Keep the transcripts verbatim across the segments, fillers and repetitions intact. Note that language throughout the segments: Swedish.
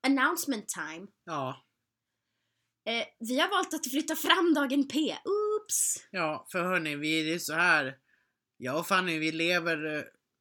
announcement time. Ja. Eh, vi har valt att flytta fram dagen P. Oops! Ja, för hörni, vi är så här. Jag och Fanny, vi lever...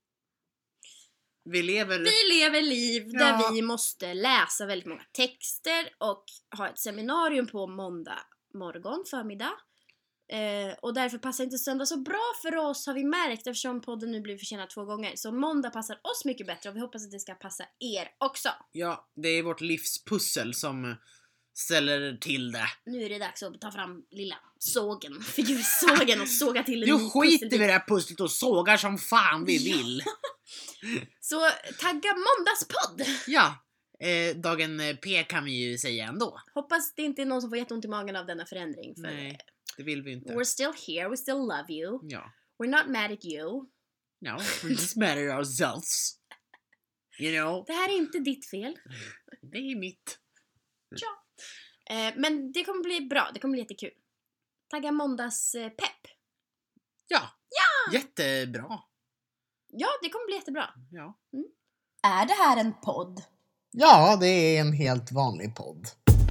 Vi lever... Vi lever liv Ja. där vi måste läsa väldigt många texter och ha ett seminarium på måndag morgon, förmiddag. Eh, och därför passar inte söndag så bra för oss, har vi märkt, eftersom podden nu blir försenad två gånger. Så måndag passar oss mycket bättre och vi hoppas att det ska passa er också. Ja, det är vårt livspussel som ställer till det. Nu är det dags att ta fram lilla sågen, figursågen och såga till en Nu ny skiter vi i pusselbit. det här pusslet och sågar som fan vi vill. Så tagga måndagspodd! Ja, eh, dagen P kan vi ju säga ändå. Hoppas det inte är någon som får jätteont i magen av denna förändring. För Nej, det vill vi inte. we're still here, we still love you. Ja. We're not mad at you. No, we're just mad at ourselves. You know? Det här är inte ditt fel. Det är mitt. Ja. Eh, men det kommer bli bra, det kommer bli jättekul. Tagga måndags eh, pepp. Ja. Ja! Jättebra. Ja, det kommer bli jättebra. Ja. Är det här en podd? Ja, det är en helt vanlig podd.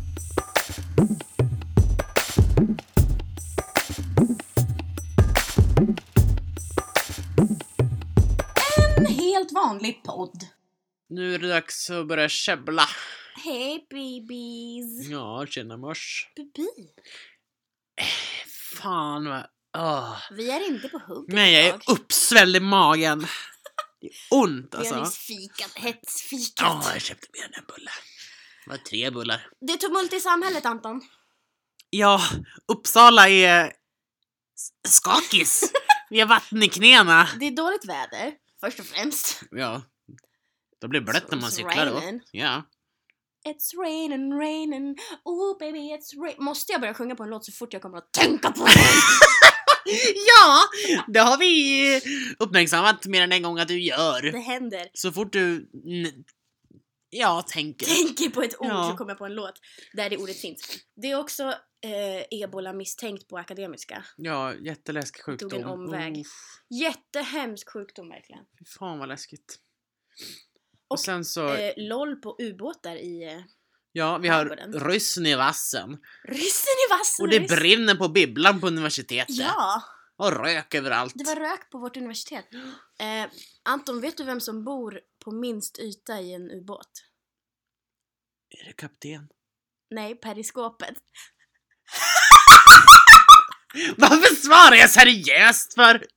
En helt vanlig podd. Nu är det dags att börja käbbla. Hej babies. Ja, tjena mors. Baby. Fan vad... Åh. Vi är inte på hugget Nej, jag idag. är uppsvälld i magen. Det är ont Vi har alltså. nyss fikat, hetsfikat. Ja, jag köpte mer än en bulle. Det var tre bullar. Det är tumult i samhället, Anton. Ja, Uppsala är s- skakis. Vi har vatten i knäna. Det är dåligt väder, först och främst. Ja, då blir det blött när man It's cyklar då. raining. Ja. It's raining, raining, oh baby it's rain. Måste jag börja sjunga på en låt så fort jag kommer att tänka på den? Ja, det har vi uppmärksammat mer än en gång att du gör. Det händer. Så fort du... n- Ja, tänker. Tänker på ett ord Ja. så kommer jag på en låt där det ordet finns. Det är också eh, ebola misstänkt på akademiska. Ja, jätteläskig sjukdom. Tog en omväg. Uff, Jättehemsk sjukdom verkligen. fy fan vad läskigt. Och, Och, sen så... Eh, LOL på ubåtar i eh, ja, vi har skärgården. ryssen i vassen. ryssen i vassen. Och det ryss- brinner på bibblan på universitetet. Ja, Och rök överallt. det var rök på vårt universitet. Eh, Anton, vet du vem som bor på minst yta i en ubåt? Är det kapten? Nej, periskopet. Varför svarar jag seriöst för?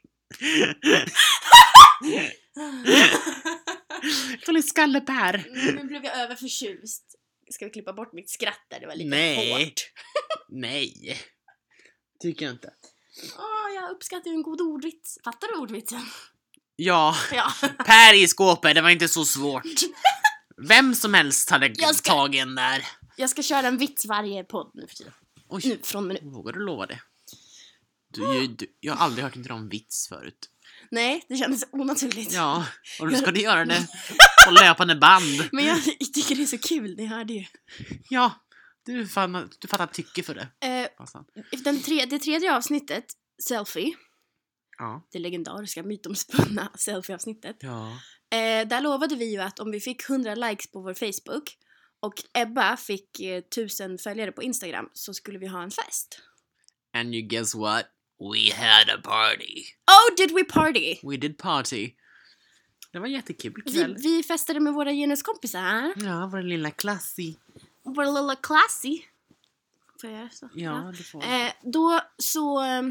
Dålig skallepär. Nu blev jag överförtjust. Ska vi klippa bort mitt skratt där? Det var lite Nej. hårt. Nej. Tycker jag inte. Åh, jag uppskattar ju en god ordvits. Fattar du ordvitsen? Ja, Ja. Per i skåpet, det var inte så svårt. Vem som helst hade Jag ska- tagit en där. Jag ska köra en vits varje podd nu för tiden. Oj, Nu, från och med nu. vågar du lova det? Du, du, jag har aldrig hört en om vits förut. Nej, det kändes onaturligt. Ja, och då ska du göra det på löpande band. Men jag tycker det är så kul, ni hörde ju. Ja, du, fan, du fattar tycke för det. Eh, Passan. den tre, det tredje avsnittet, Selfie, Ja. det legendariska mytomspunna selfie-avsnittet. Ja. Eh, där lovade vi ju att om vi fick hundra likes på vår Facebook och Ebba fick eh, tusen följare på Instagram så skulle vi ha en fest. And you guess what? We had a party. Oh, did we party? We did party. Det var en jättekul Vi, kväll. vi festade med våra genuskompisar. Ja, vår lilla klassy. Vår lilla classy. Får jag göra så? Ja, det får Eh, då så... ehm,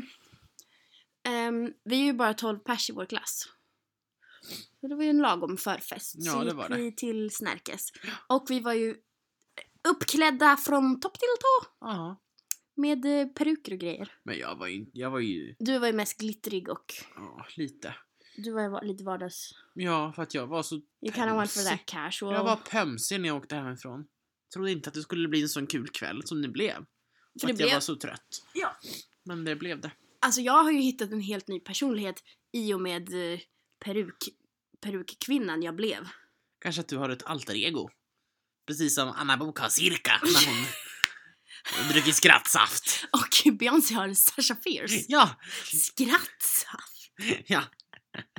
ehm, vi är ju bara tolv pers i vår klass. Så det var ju en lagom förfest. Ja, så det gick var det. vi till Snärkes. Och vi var ju uppklädda från topp till tå. Ja. Med eh, peruker och grejer. Men jag var ju, jag var ju, Du var ju mest glittrig och ja, lite. du var ju va- lite vardags. Ja, för att jag var så You kind of went for pömsig. that casual. Jag var pömsig när jag åkte hemifrån. Trodde inte att det skulle bli en sån kul kväll som det blev. För För det att jag blev- var så trött. Ja. Men det blev det. Alltså jag har ju hittat en helt ny personlighet i och med eh, peruk, perukkvinnan jag blev. Kanske att du har ett alter ego. Precis som Anna Book har cirka när hon dricker skrattsaft. Och Beyoncé har Sasha Fierce. Ja, Skrattsaft. ja.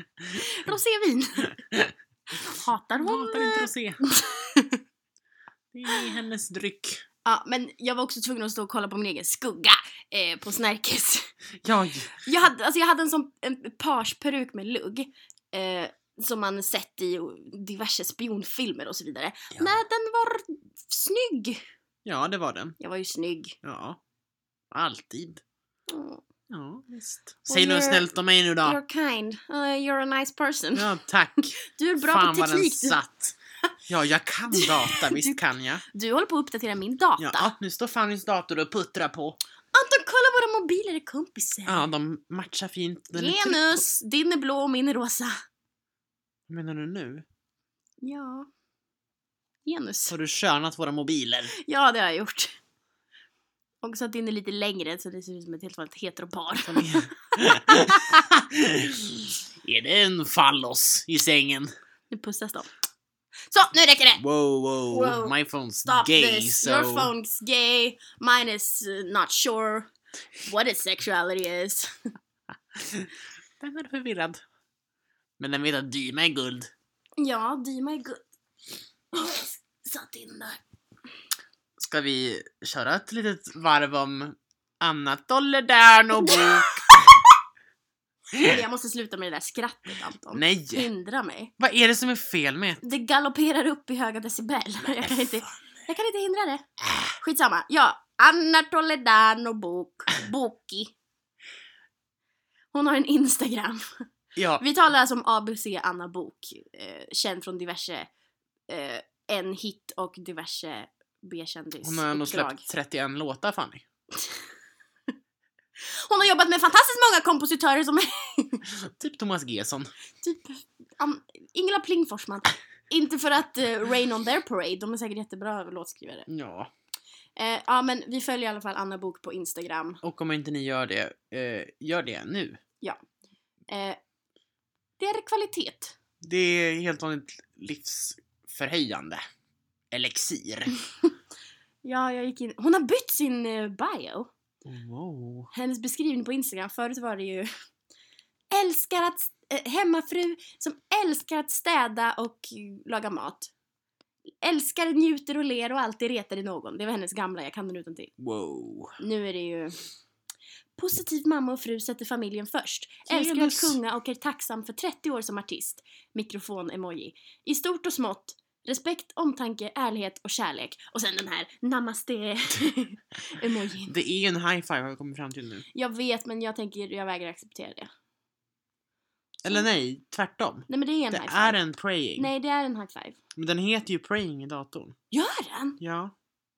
Rosévin. Hatar hon? Hatar inte rosé. i hennes dryck. Ja, men jag var också tvungen att stå och kolla på min egen skugga eh, på Snärkes. Ja, Jag hade, alltså jag hade en sån en parsperuk med lugg eh, som man sett i diverse spionfilmer och så vidare. Ja. Nej, den var snygg. ja, det var den. Jag var ju snygg. Ja, alltid. Mm. Ja, visst. Säg något you're- snällt om mig nu då. You're kind. Uh, you're a nice person. Ja, tack. Du är bra Fan på vad den teknik. Du, satt. Ja, jag kan data, visst Du- kan jag. du håller på att uppdatera min data. Ja, nu står Fannys dator och puttrar på. Anton, kolla våra mobiler är kompisar. Ja, de matchar fint. Den är tryck- Genus, din är blå och min är rosa. Vad menar du nu? Ja. Genus. Har du könat våra mobiler? Ja, det har jag gjort. Och så att din är lite längre så det ser ut som ett helt vanligt heteropar. Är det en fallos i sängen? Nu pussas de. Så, nu räcker det! Wow, wow, Wow. my phone's Stop gay, this. so... Your phone's gay. Mine is uh, not sure what its sexuality is. Den är förvirrad. Men den vet att Dyma är guld. Ja, Dyma är good. Satt in där. Ska vi köra ett litet varv om Anna Toledano bok? Jag måste sluta med det där skrattet, Anton. Nej! Hindra mig. Vad är det som är fel med? Det galopperar upp i höga decibel. Jag kan inte, jag kan inte hindra det. Skitsamma. Ja, Anna Toledano bok. Boki. Hon har en Instagram. Ja, Vi talar alltså om A B C Anna Bok. Eh, känd från diverse eh, en hit och diverse B-kändis hon har nog uppdrag. släppt trettioen låtar, Fanny. Hon har jobbat med fantastiskt många kompositörer som Typ Thomas Gesson. typ um, Ingela Pling Forsman. Inte för att uh, Rain on their parade, de är säkert jättebra låtskrivare. Ja. Eh, ja, men vi följer i alla fall Anna Bok på Instagram. Och om inte ni gör det, eh, gör det nu. Eh, det är kvalitet. Det är helt vanligt livsförhöjande. Elixir. Ja, jag gick in. Hon har bytt sin uh, bio. Wow. Hennes beskrivning på Instagram. Förut var det ju älskar att äh, hemmafru som älskar att städa och uh, laga mat. Älskar, njuter och ler och alltid retar i någon. Det var hennes gamla, jag kan den utan till. Wow. Nu är det ju positiv mamma och fru sätter familjen först. Älskar att Genus. sjunga och är tacksam för trettio år som artist. Mikrofon-emoji. I stort och smått. Respekt, omtanke, ärlighet och kärlek. Och sen den här namaste-emojin. Det är en high five har vi kommit fram till nu. Jag vet, men jag tänker, jag vägrar acceptera det. Eller nej, tvärtom. Nej, men det är en Det high five. är en praying. Nej, det är en high five. Men den heter ju praying i datorn. Gör den? Ja.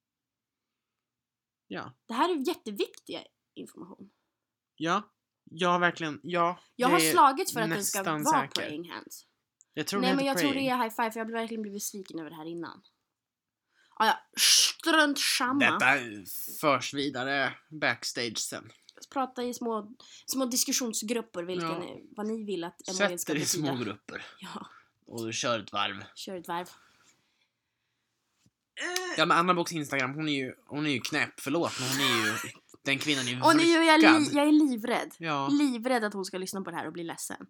Ja. Det här är jätteviktig information. Ja. Jag har verkligen, ja. Jag har är slagits för att den ska nästan vara säker. praying hands. Jag tror Nej, det men heter jag tror det praying. är high five, för jag har verkligen blivit besviken över det här innan. Ah, ja, strunt samma. Detta förs vidare backstage sen. Prata i små, små diskussionsgrupper vilken, Ja. är- vad ni vill att emojin ska Sätter i betyda. små grupper. Ja, Och du kör ett varv. kör ett varv. Ja, men Anna Boks Instagram, hon är ju, hon är ju knäpp. Förlåt, men hon är ju, den kvinnan är ju Och nu är jag, vrickad. li, jag är livrädd. Ja, Livrädd att hon ska lyssna på det här och bli ledsen.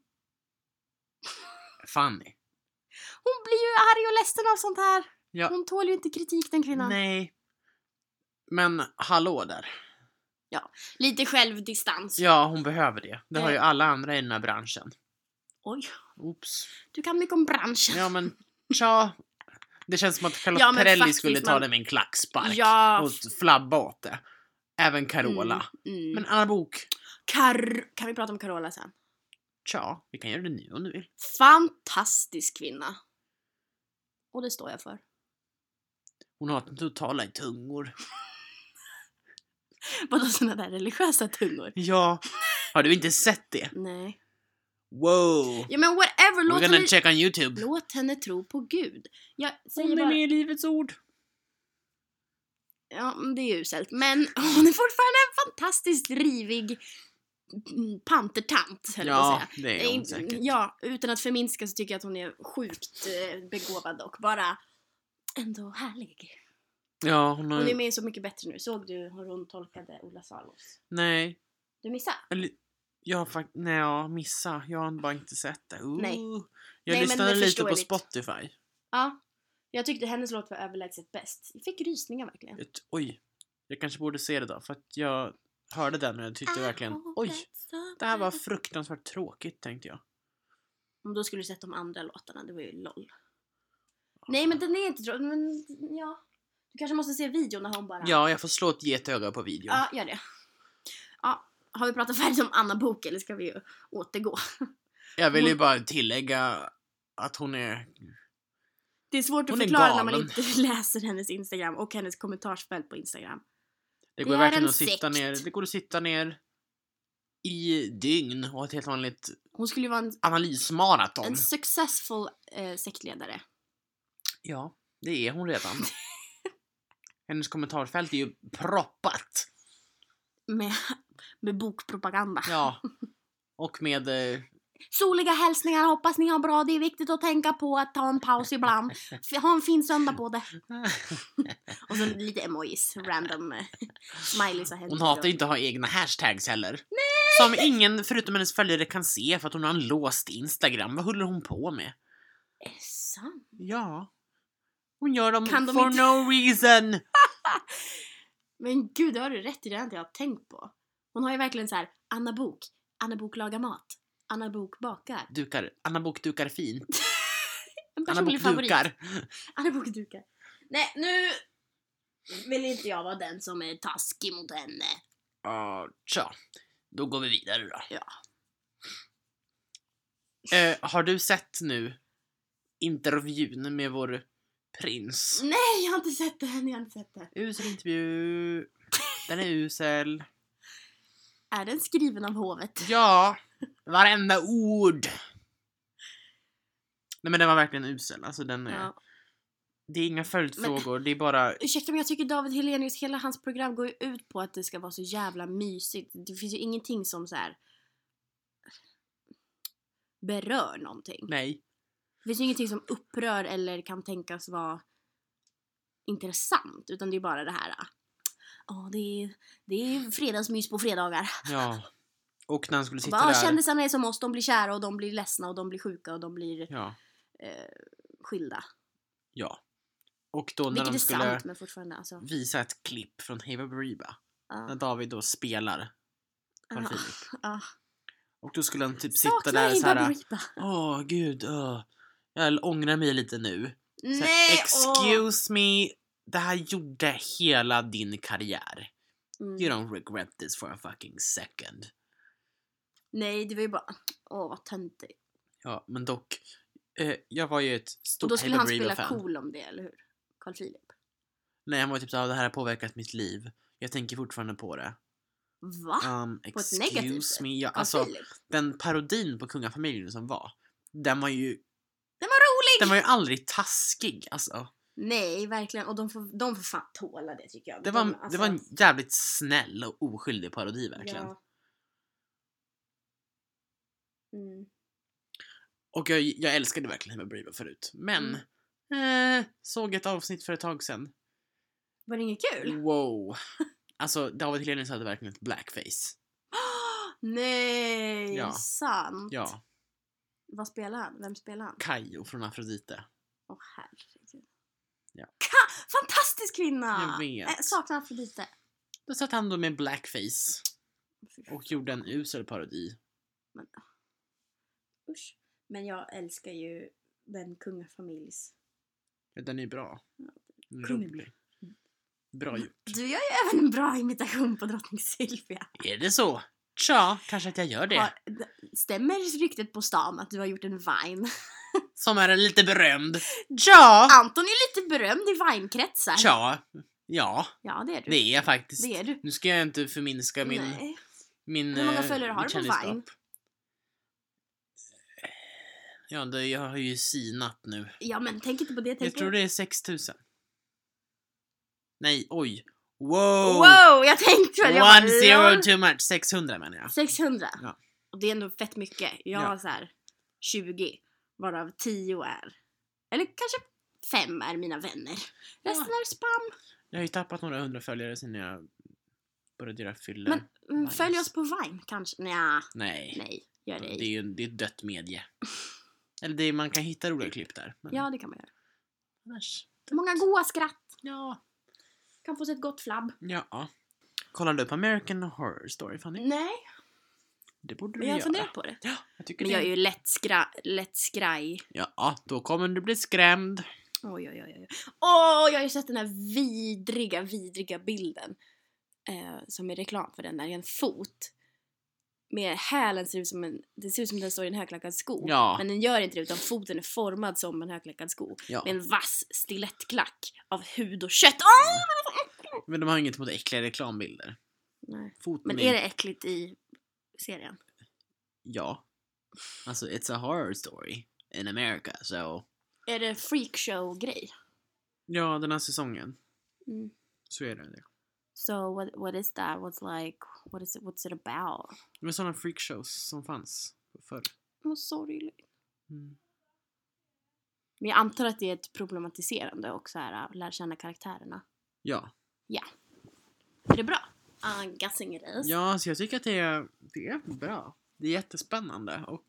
Fanny. Hon blir ju arg och ledsen av sånt här. Ja. Hon tål ju inte kritik, den kvinnan. Nej. Men hallå där. Lite självdistans. Ja, hon behöver det. Det har ju Eh. alla andra i den här branschen. Oj, Oops. du kan mycket om branschen. Ja, men tja. Det känns som att Charlotte Ja, men Perrelli faktiskt, skulle ta man- det med en klackspark. Ja. Och flabba åt det. Även Carola. Mm, mm. Men Anna Bok, Kar- kan vi prata om Carola sen? tja, vi kan göra det nu om du vill. Fantastisk kvinna. Och det står jag för. Hon har totala i tungor. Vadå såna där religiösa tungor? Ja, har du inte sett det? Nej. Wow. Ja, men whatever, We're låt gonna henne, check on YouTube. låt henne tro på Gud. Jag säger Hon är bara, med i Livets Ord. ja, men det är uselt. Men hon är fortfarande en fantastiskt rivig mm, pantertant, höll jag på att Ja, säga. det är hon Nej, säkert. Ja, utan att förminska så tycker jag att hon är sjukt eh, begåvad och bara ändå härlig. Ja, hon har... Hon är med Så mycket bättre nu. Såg du hur hon tolkade Ola Salos? Nej. Du missade? Eller... Jag har faktiskt... Nej, jag missade. Jag har bara inte sett det. Uh. Nej. Jag Nej, men lyssnade lite på förståeligt. Spotify. Ja. Jag tyckte hennes låt var överlägset bäst. Jag fick rysningar verkligen. Ett, oj, jag kanske borde se det då. För att jag hörde den och jag tyckte verkligen, oj, det här var fruktansvärt tråkigt, tänkte jag. Om då skulle du sett de andra låtarna, det var ju LOL. Nej, men den är inte tråkig, men ja. Du kanske måste se videon när hon bara... Ja, jag får slå ett getöga på videon. Ja, gör det. Ja, har vi pratat färdigt om Anna Bok eller ska vi ju återgå? Jag vill ju hon... bara tillägga att hon är... Det är svårt att hon förklara när man inte läser hennes Instagram och hennes kommentarsfält på Instagram. Det går det verkligen att sitta sekt. ner. Det går att sitta ner i dygn och ha ett helt vanligt Hon skulle ju vara en, analysmaraton. en successful eh, sektledare. Ja, det är hon redan. Hennes kommentarsfält är ju proppat. Med, med bokpropaganda. Ja. Och med... Eh, Soliga hälsningar, hoppas ni har bra. Det är viktigt att tänka på att ta en paus ibland. F- Ha en fin söndag på det. Och så lite emojis, random eh, smileys. hon hatar inte att ha egna hashtags heller. Nej! Som ingen förutom hennes följare kan se för att hon har en låst Instagram. Vad håller hon på med? Är det sant? Ja. Hon gör dem Kan de for inte- no reason. Men gud, det har du rätt i, det har inte jag tänkt på. Hon har ju verkligen så här: Anna Bok, Anna Bok lagar mat, Anna Bok bakar. Dukar. Anna Bok dukar fint. En Anna Bok personlig favorit. dukar. Anna Bok dukar. Nej, nu vill inte jag vara den som är taskig mot henne. Ja, tja. Då går vi vidare då. Ja. Eh, har du sett nu intervjun med vår prins? Nej, jag har inte sett den, jag har inte sett den. Usel intervju. Den är usel. Är den skriven av hovet? Ja, varenda ord. Nej, men den var verkligen usel. Alltså den är... Ja. Det är inga följdfrågor, det är bara... Ursäkta, men jag tycker David Hellenius, hela hans program går ju ut på att det ska vara så jävla mysigt. Det finns ju ingenting som så här berör någonting. Nej. Det finns ju ingenting som upprör eller kan tänkas vara intressant. Utan det är bara det här. Ja, det är, det är fredagsmys på fredagar. Ja. Och när han skulle Och sitta bara, där... kändisarna är som oss, de blir kära och de blir ledsna och de blir sjuka och de blir Ja. eh, skilda. Ja. Och då när Vilket de är skulle sant, men fortfarande alltså. visa ett klipp från Hey Baberiba. När Ja. David då spelar Carl Ja. Philip. Ja. Och då skulle han typ sitta Saknar där Hey så här. Baberiba. Åh gud, åh. Jag ångrar mig lite nu. Så här, Nej! excuse me. Det här gjorde hela din karriär. åh. Mm. You don't regret this for a fucking second. Nej, det var ju bara, åh vad töntigt. Ja, men dock. Eh, jag var ju ett Och stort då Hey skulle han spela Baberiba-fan. cool om det, eller hur? Carl Philip. Nej, han var typ såhär, det här har påverkat mitt liv. Jag tänker fortfarande på det. Va? Um, På ett excuse negativt sätt? me. Ja, Carl alltså, Philip? den parodin på kungafamiljen som var. Den var ju, Den var rolig! den var ju aldrig taskig. Alltså. Nej, verkligen. Och de får, de får fan tåla det, tycker jag. Det var, de, det var en jävligt snäll och oskyldig parodi verkligen. Ja. Mm. Och jag, jag älskade verkligen Hey Baberiba förut. Men, eh, såg ett avsnitt för ett tag sedan. Var det inget kul? Wow. Alltså, David Hellenius hade verkligen ett blackface. Nej, Ja. sant. Ja, Vad spelar han? Vem spelar han? Kajo från Afrodite. Åh, herregud. Ja. Ka- Fantastisk kvinna! Jag vet. Äh, saknar Afrodite. Då satt han då med blackface Fy och gjorde en usel parodi. Men, usch. Men jag älskar ju den kungafamiljs. Ja, den är bra. Kung- Rolig. Bra gjort. Du gör ju även en bra imitation på drottning Silvia. Är det så? Tja, kanske att jag gör det. Har, d- stämmer ryktet på stan att du har gjort en Vine? Som är lite berömd. Tja! Anton är ju lite berömd i Vine-kretsar. Tja. Ja, Ja, det är du. det är jag faktiskt. Det är du. Nu ska jag inte förminska min... Nej. min Hur många eh, följare har mitt du på kändisskap. Vine? Ja, det, jag har ju sinat nu. Ja, men tänk inte på det. Tänk Jag tror på... det är sex tusen. Nej, oj. Wow! Wow, jag tänkte väl. Jag One bara, zero lol. too much. sexhundra menar jag. sexhundra. Ja. Och det är ändå fett mycket. Jag Ja. har så här tjugo, varav tio är, eller kanske fem är mina vänner. Resten är spam. Jag har ju tappat några hundra följare sen jag började göra fyller. Men mm, Nice. följ oss på Vine kanske. Nja, Nej. nej, gör det Det är ej. ju det är ett dött medie. Eller det är, man kan hitta roliga klipp där. Men Ja, det kan man göra. Annars. Många goa skratt. Ja. Kan få sig ett gott flabb. Ja. Kollar du på American Horror Story, Fanny? Nej, Det borde du men jag har göra. funderat på det. Ja, jag tycker Men det. jag är ju lätt, skra lätt skraj. Ja, då kommer du bli skrämd. Oj, oj, oj, oj. Åh, jag har ju sett den här vidriga, vidriga bilden. Eh, som är reklam för den där. Det är en fot. Med hälen ser ut som en... Det ser ut som den står i en högklackad sko. Ja. Men den gör inte det, utan foten är formad som en högklackad sko. Ja. Med en vass stilettklack av hud och kött. Åh! Men de har inget mot äckliga reklambilder. Nej. Foten Men är det äckligt i serien? Ja. Alltså, it's a horror story in America, so... Är det freakshow-grej? Ja, den här säsongen. Mm. Så är det det. So what what is that? What's like what is it what's it about? Det var sådana freakshows som fanns förr. Vad sorgligt. Mm. Men jag antar att det är ett problematiserande och så här lär känna karaktärerna. Ja. Ja. Är det bra? I'm guessing it is. Ja, så jag tycker att det är, det är bra. Det är jättespännande och...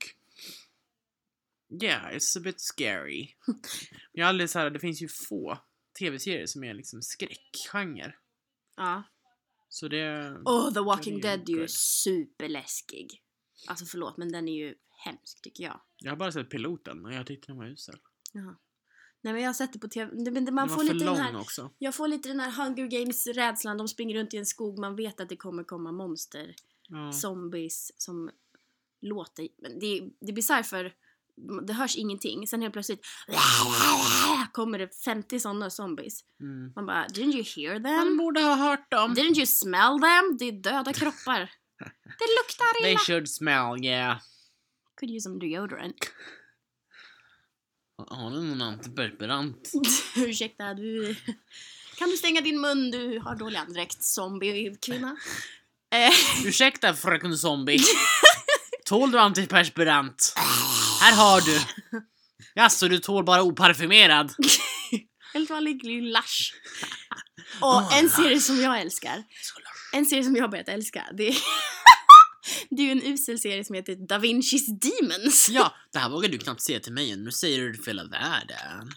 Yeah, it's a bit scary. Jag är aldrig så här, det finns ju få tv-serier som är liksom skräckgenre. Ja. Så det... Oh, The Walking det är Dead är ju good. superläskig. Alltså förlåt, men den är ju hemsk tycker jag. Jag har bara sett piloten och jag tyckte den var usel. Jaha. Nej, men jag har sett det på tv. Det, men det, Den man var får för lite lång den här, också. jag får lite den här Hunger Games-rädslan. De springer runt i en skog. Man vet att det kommer komma monster. Ja. Zombies som låter... Men det, det blir så för det hörs ingenting. Sen helt plötsligt kommer det femtio sådana zombies. Mm. Man bara, didn't you hear Man them? borde ha hört dem. Didn't you smell them? Det är döda kroppar. Det luktar They illa. should smell, yeah. Could use some deodorant. Har du någon antiperspirant? Ursäkta, du... Kan du stänga din mun? Du har dålig andedräkt, zombie-kvinna. Eh, Ursäkta, fröken zombie. Tål du antiperspirant? Här har du. Jaså, du tål bara oparfumerad. Helt vanlig lush. Och en serie som jag älskar. En serie som jag har börjat älska. Det är, det är ju en usel serie som heter Da Vinci's Demons. Ja, det här vågar du knappt säga till mig. Nu säger du det för hela världen.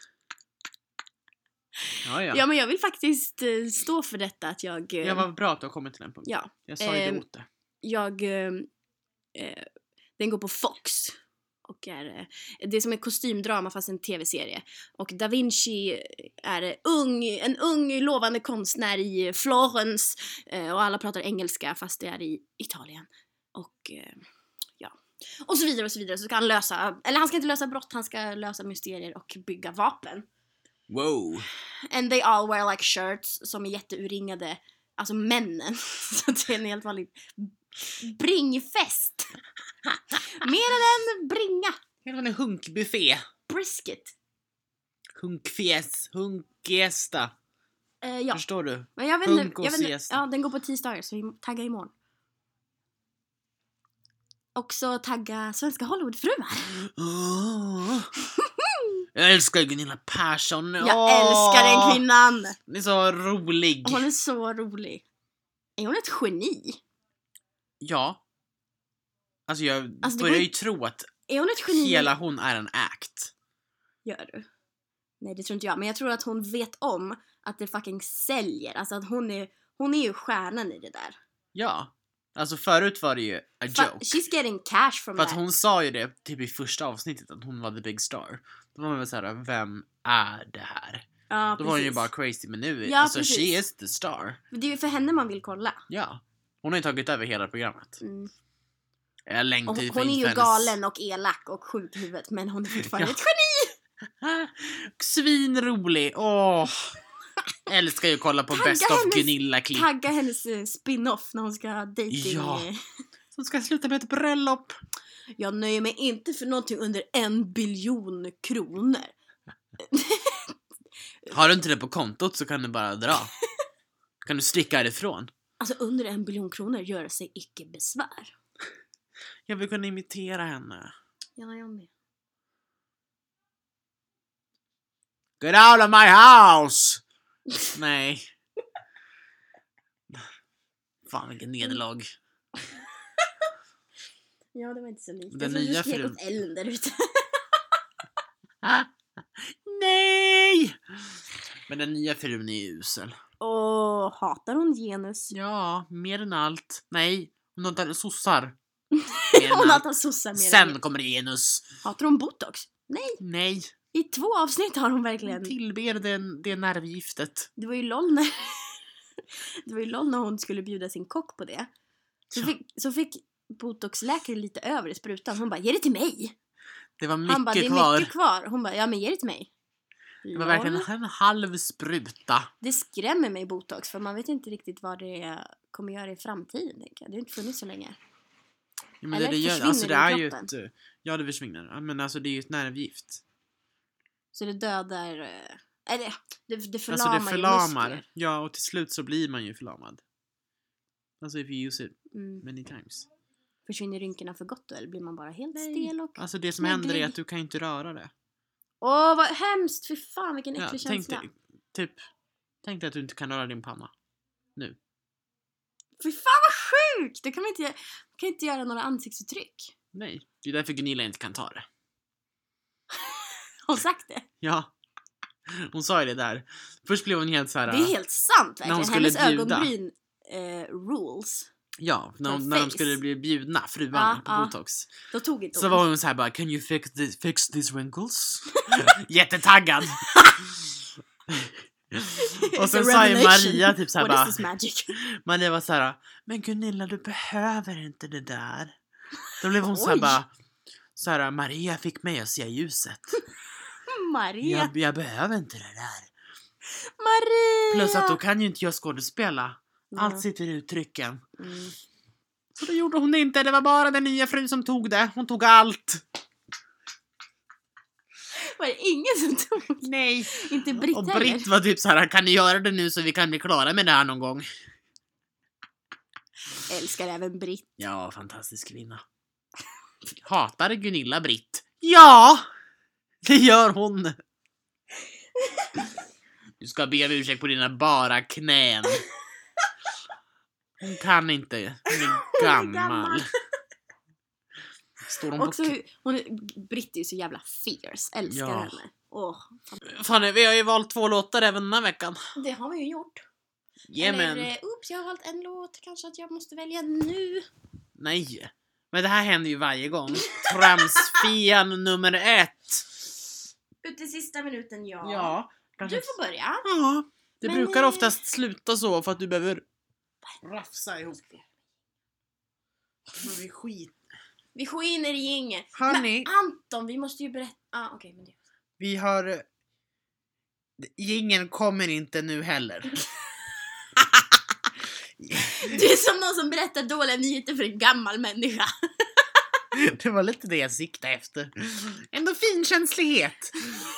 Ja, ja. Ja, men jag vill faktiskt eh, stå för detta att jag... eh, Ja, vad bra att du har kommit till den punkten. Ja. Jag sa ju Ehm, det åt det. Jag... eh, eh, den går på Fox. Och är eh, det är som ett kostymdrama fast en tv-serie. Och Da Vinci är eh, ung, en ung lovande konstnär i Florens. Eh, och alla pratar engelska fast det är i Italien. Och eh, ja. Och så vidare och så vidare. Så ska han lösa, eller han ska inte lösa brott, han ska lösa mysterier och bygga vapen. Wow. And they all wear like shirts som är jätteuringade. Alltså männen. Så det är en helt vanlig bringfest. Mer än en bringa. Det var en hunkbuffé. Brisket. Hunkfjäs. Hunkgästa. Eh, ja, Förstår du? men jag vet inte. Hunk och Jag vet inte. siesta. Ja, den går på tisdagar så vi taggar imorgon. Också tagga svenska Hollywoodfruar. Åh. Jag älskar Gunilla Persson. Jag Åh. älskar den kvinnan. Hon är så rolig. Hon är så rolig. Är hon ett geni? Ja. Alltså jag Alltså, det börjar går- ju tro att Är hon ett geni? hela hon är en act. Gör du? Nej, det tror inte jag. Men jag tror att hon vet om att det fucking säljer. Alltså att hon är, hon är ju stjärnan i det där. Ja. Alltså förut var det ju a Fa- joke. she's getting cash from För att that. hon sa ju det typ i första avsnittet att hon var the big star. Då var man väl såhär, vem är det här? Ja, Då var hon ju precis. bara crazy, men nu, Ja, alltså precis. she is the star. Det är ju för henne man vill kolla. Ja. Hon har ju tagit över hela programmet. Mm. Jag längtar Och ju hon är in ju för hennes- galen och elak och sjuk i huvudet. Men hon är fortfarande Ja. ett geni! Svinrolig. Åh. Älskar ju att kolla på Tagga Best of hennes- Gunilla-klipp. Tagga hennes eh, spin-off när hon ska ha dating. Ja. eh. Som ska sluta med ett bröllop. Jag nöjer mig inte för någonting under en biljon kronor. Har du inte det på kontot så kan du bara dra. Kan du sticka ifrån. Alltså under en biljon kronor gör sig icke besvär. Jag vill kunna imitera henne. Ja, jag med. Get out of my house! Nej. Fan, vilken nederlag. Ja, det var inte så likt. Den jag trodde nya du skrek frun- åt Ellen där ute. Nej! Men den nya frun är ju usel. Åh, hatar hon genus? Ja, mer än allt. Nej, hon hatar sossar. Mer än Hon allt. hatar sossar mer än Sen genus. kommer genus. Hatar hon botox? Nej, Nej, i två avsnitt har hon hon verkligen... tillber det, det nervgiftet. Det var ju LOL när... det var ju LOL när hon skulle bjuda sin kock på det. Så Ja. fick, så fick botoxläkaren lite över i sprutan. Hon bara, ge det till mig! Det var Han bara, det mycket är kvar. mycket kvar. Hon bara, ja men ge det till mig. Det var verkligen LOL. en halv spruta. Det skrämmer mig botox för man vet inte riktigt vad det kommer göra i framtiden. Tänker jag. Det har inte funnits så länge. Ja, men Eller det, det, gör, försvinner alltså, det det ur är ju kroppen? ett... eh, Ja, det försvinner. Ja, men alltså det är ju ett nervgift. Så det dödar... eh, Eller det, det förlamar, Alltså det ju förlamar. muskler. Ja, och till slut så blir man ju förlamad. Alltså if you use it Mm. many times. Försvinner rynkorna för gott då? Eller blir man bara helt stel och... Alltså det som Nej, händer är grej. att du kan inte röra det. Åh, vad hemskt! Fy fan, vilken Ja, äcklig tänk känsla. dig, typ, tänk dig att du inte kan röra din panna. Fy fan vad sjukt! Du kan man inte, man kan inte göra några ansiktsuttryck. Nej, det är därför Gunilla inte kan ta det. Har hon sagt det? Ja, hon sa ju det där. Först blev hon helt så här. Det är helt sant när hon verkligen. skulle Hennes bjuda. ögonbryn eh, rules. Ja, när, hon, Her när de face. skulle bli bjudna, fruan Ja, på ja. botox. Då tog inte Så hon. var hon så här bara, can you fix, this, fix these wrinkles? Jättetaggad. Och sen It's a sa ju revelation. Maria typ så här What bara, is this magic? Maria var så här, men Gunilla du behöver inte det där. Då blev hon så här Oj. bara, så här, Maria fick mig att se ljuset. Maria! Jag, jag behöver inte det där. Maria! Plus att då kan ju inte jag skådespela. Ja. Allt sitter i uttrycken. Mm. Så då gjorde hon det inte. Det var bara den nya frun som tog det. Hon tog allt. Var det ingen som tog? Nej. Inte Britt Och heller? Britt var typ så här, kan ni göra det nu så vi kan bli klara med det här någon gång? Älskar även Britt. Ja, fantastisk kvinna. Hatar Gunilla Britt? Ja! Det gör hon. Du ska be om ursäkt på dina bara knän. Hon kan inte. Hon är gammal. gammal. Står hon på Också, hur- hon är, Britt är ju så jävla fierce. Älskar Ja. henne. Åh, Fan, vi har ju valt två låtar även den här veckan. det har vi ju gjort. Jajamän. Eller, eh, oops, jag har valt en låt. Kanske att jag måste välja nu. Nej. Men det här händer ju varje gång. Tramsfian nummer ett. Ut i sista minuten, ja. Ja. Du Kanske... får börja. Ja. Det Men, brukar eh, oftast sluta så för att du behöver rafsa ihop. Men vi skit. Vi skiner i gänget. Hörni. Men Anton, vi måste ju berätta. Ah, okej, men det. Vi har... Ingen kommer inte nu heller. Du är som någon som berättar dåliga nyheter för en gammal människa. Det var lite det jag siktade efter. Ändå finkänslighet.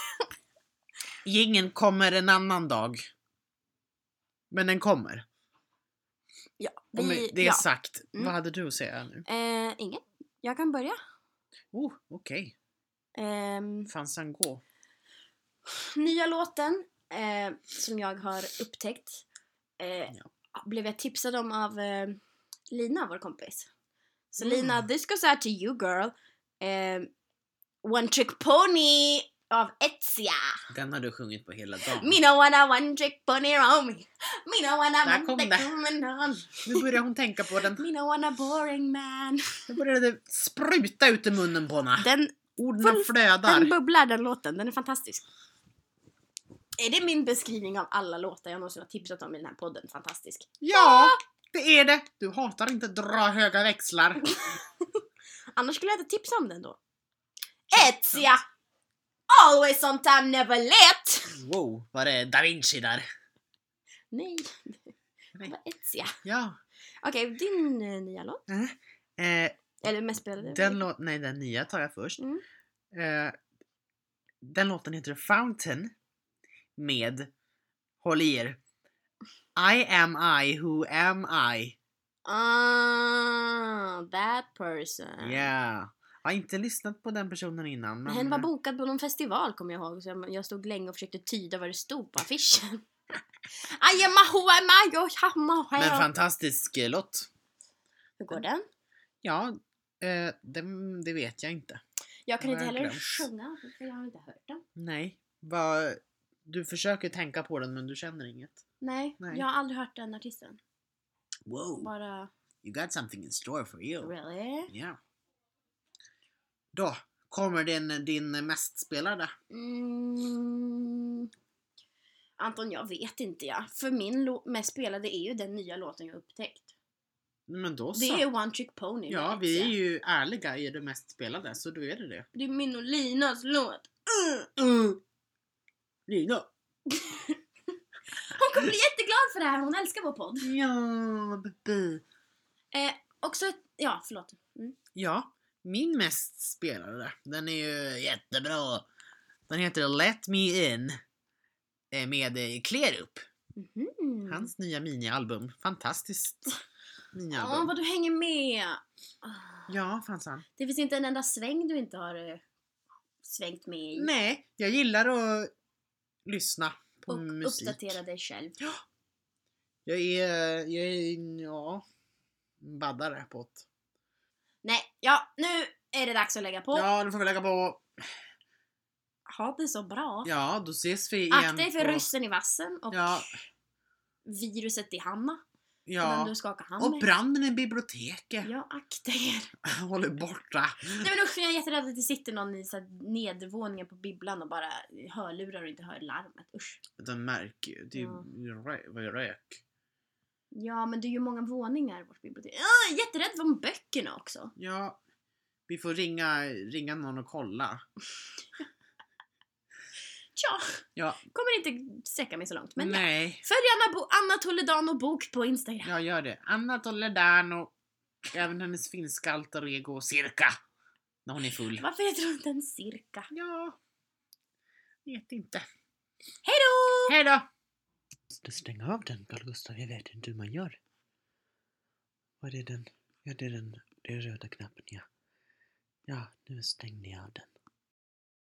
Ingen kommer en annan dag. Men den kommer. Ja, Om vi, det är ja. sagt. Mm. Vad hade du att säga nu? Eh, ingen. Jag kan börja. Oh, okej. Ehm, Fanns gå. nya låten eh, som jag har upptäckt eh, blev jag tipsad om av eh, Lina, vår kompis. Så Mm. Lina, this goes out to you girl. Eh, One Trick Pony av Etsia. Den har du sjungit på hela dagen. Me no wanna one trick pony on me. Me no wanna Där one kom trick det. pony on. Nu börjar hon tänka på den. Me no wanna boring man. Nu börjar det spruta ut i munnen på henne. Den, Orden full- flödar. den bubblar, den låten. Den är fantastisk. Är det min beskrivning av alla låtar jag någonsin har tipsat om i den här podden? Fantastisk. Ja, det är det. Du hatar inte dra höga växlar. Annars skulle jag inte tipsa om den då. Etsia! Always on time, never late! Wow, var det Da Vinci där? Nej, Nej. det var Etsia. Ja. Okej, din eh, nya låt. Eh, Eller mest spelade. den låten, nej den nya tar jag först. Mm. Eh, den låten heter Fountain med, håll i er, I am I who am I. Ah, that person. Yeah. Jag har inte lyssnat på den personen innan. Men... Hen var bokad på någon festival, kommer jag ihåg. Så jag, jag stod länge och försökte tyda vad det stod på affischen. I am a who am I, oh, hamma, Men fantastisk eh, låt. Hur går den? Ja, eh, det, det vet jag inte. Jag kan Har inte jag heller glömt. sjunga, för jag har inte hört den. Nej, Vad, du försöker tänka på den men du känner inget. Nej, Nej. jag har aldrig hört den artisten. Wow, Bara, you got something in store for you. really? Ja. Då kommer din, din mest spelade. Mm. Anton, jag vet inte ja. För min lo- mest spelade är ju den nya låten jag upptäckt. Men då så. Det är One Trick Pony. Ja, vet vi är jag. ju ärliga i det mest spelade, så då är det det. Det är min och Linas låt. Mm. Mm. Lina. Hon kommer bli jätteglad för det här. Hon älskar vår podd. Ja, baby. Eh, också, ja, förlåt. Mm. Ja, min mest spelade, den är ju jättebra. Den heter Let Me In eh, med eh, Klerup. Mhm. Hans nya minialbum. Fantastiskt Ja, minialbum. vad du hänger med. Ah. Ja, fanns Det finns inte en enda sväng du inte har eh, svängt med i. Nej, jag gillar att lyssna på Och musik. uppdatera dig själv. Jag är, jag är, ja, baddare på det. Nej, ja, nu är det dags att lägga på. Ja, nu får vi lägga på. Ha det så bra. Ja, då ses vi igen. Akta dig för på... ryssen i vassen och Ja, viruset i Hanna. Den ja. du skakar hand Och med. branden i biblioteket. Ja, akta er. Håller borta. Nej men usch, jag är jätterädd att det sitter någon i så här nedervåningen på bibblan och bara hörlurar och inte hör larmet. Usch. Den märker ju. Det är Ja. ju rö- vad är rök. Ja, men det är ju många våningar i vårt bibliotek. Jag är jätterädd om böckerna också. Ja, vi får ringa, ringa någon och kolla. Tja, Ja, kommer inte sträcka mig så långt. Men ja. nej. Följ Anna, Bo- Anna Toledano bok på Instagram. Jag gör det. Anna Toledano. Även hennes finska alter ego Cirka. När hon är full. Varför heter hon inte en cirka? Ja. Vet inte. Hej då! Hej då! Stäng av den, Carl Gustav. Jag vet inte hur man gör. Vad är den? Ja, det är den, det är röda knappen, ja. Ja, nu stängde jag av den.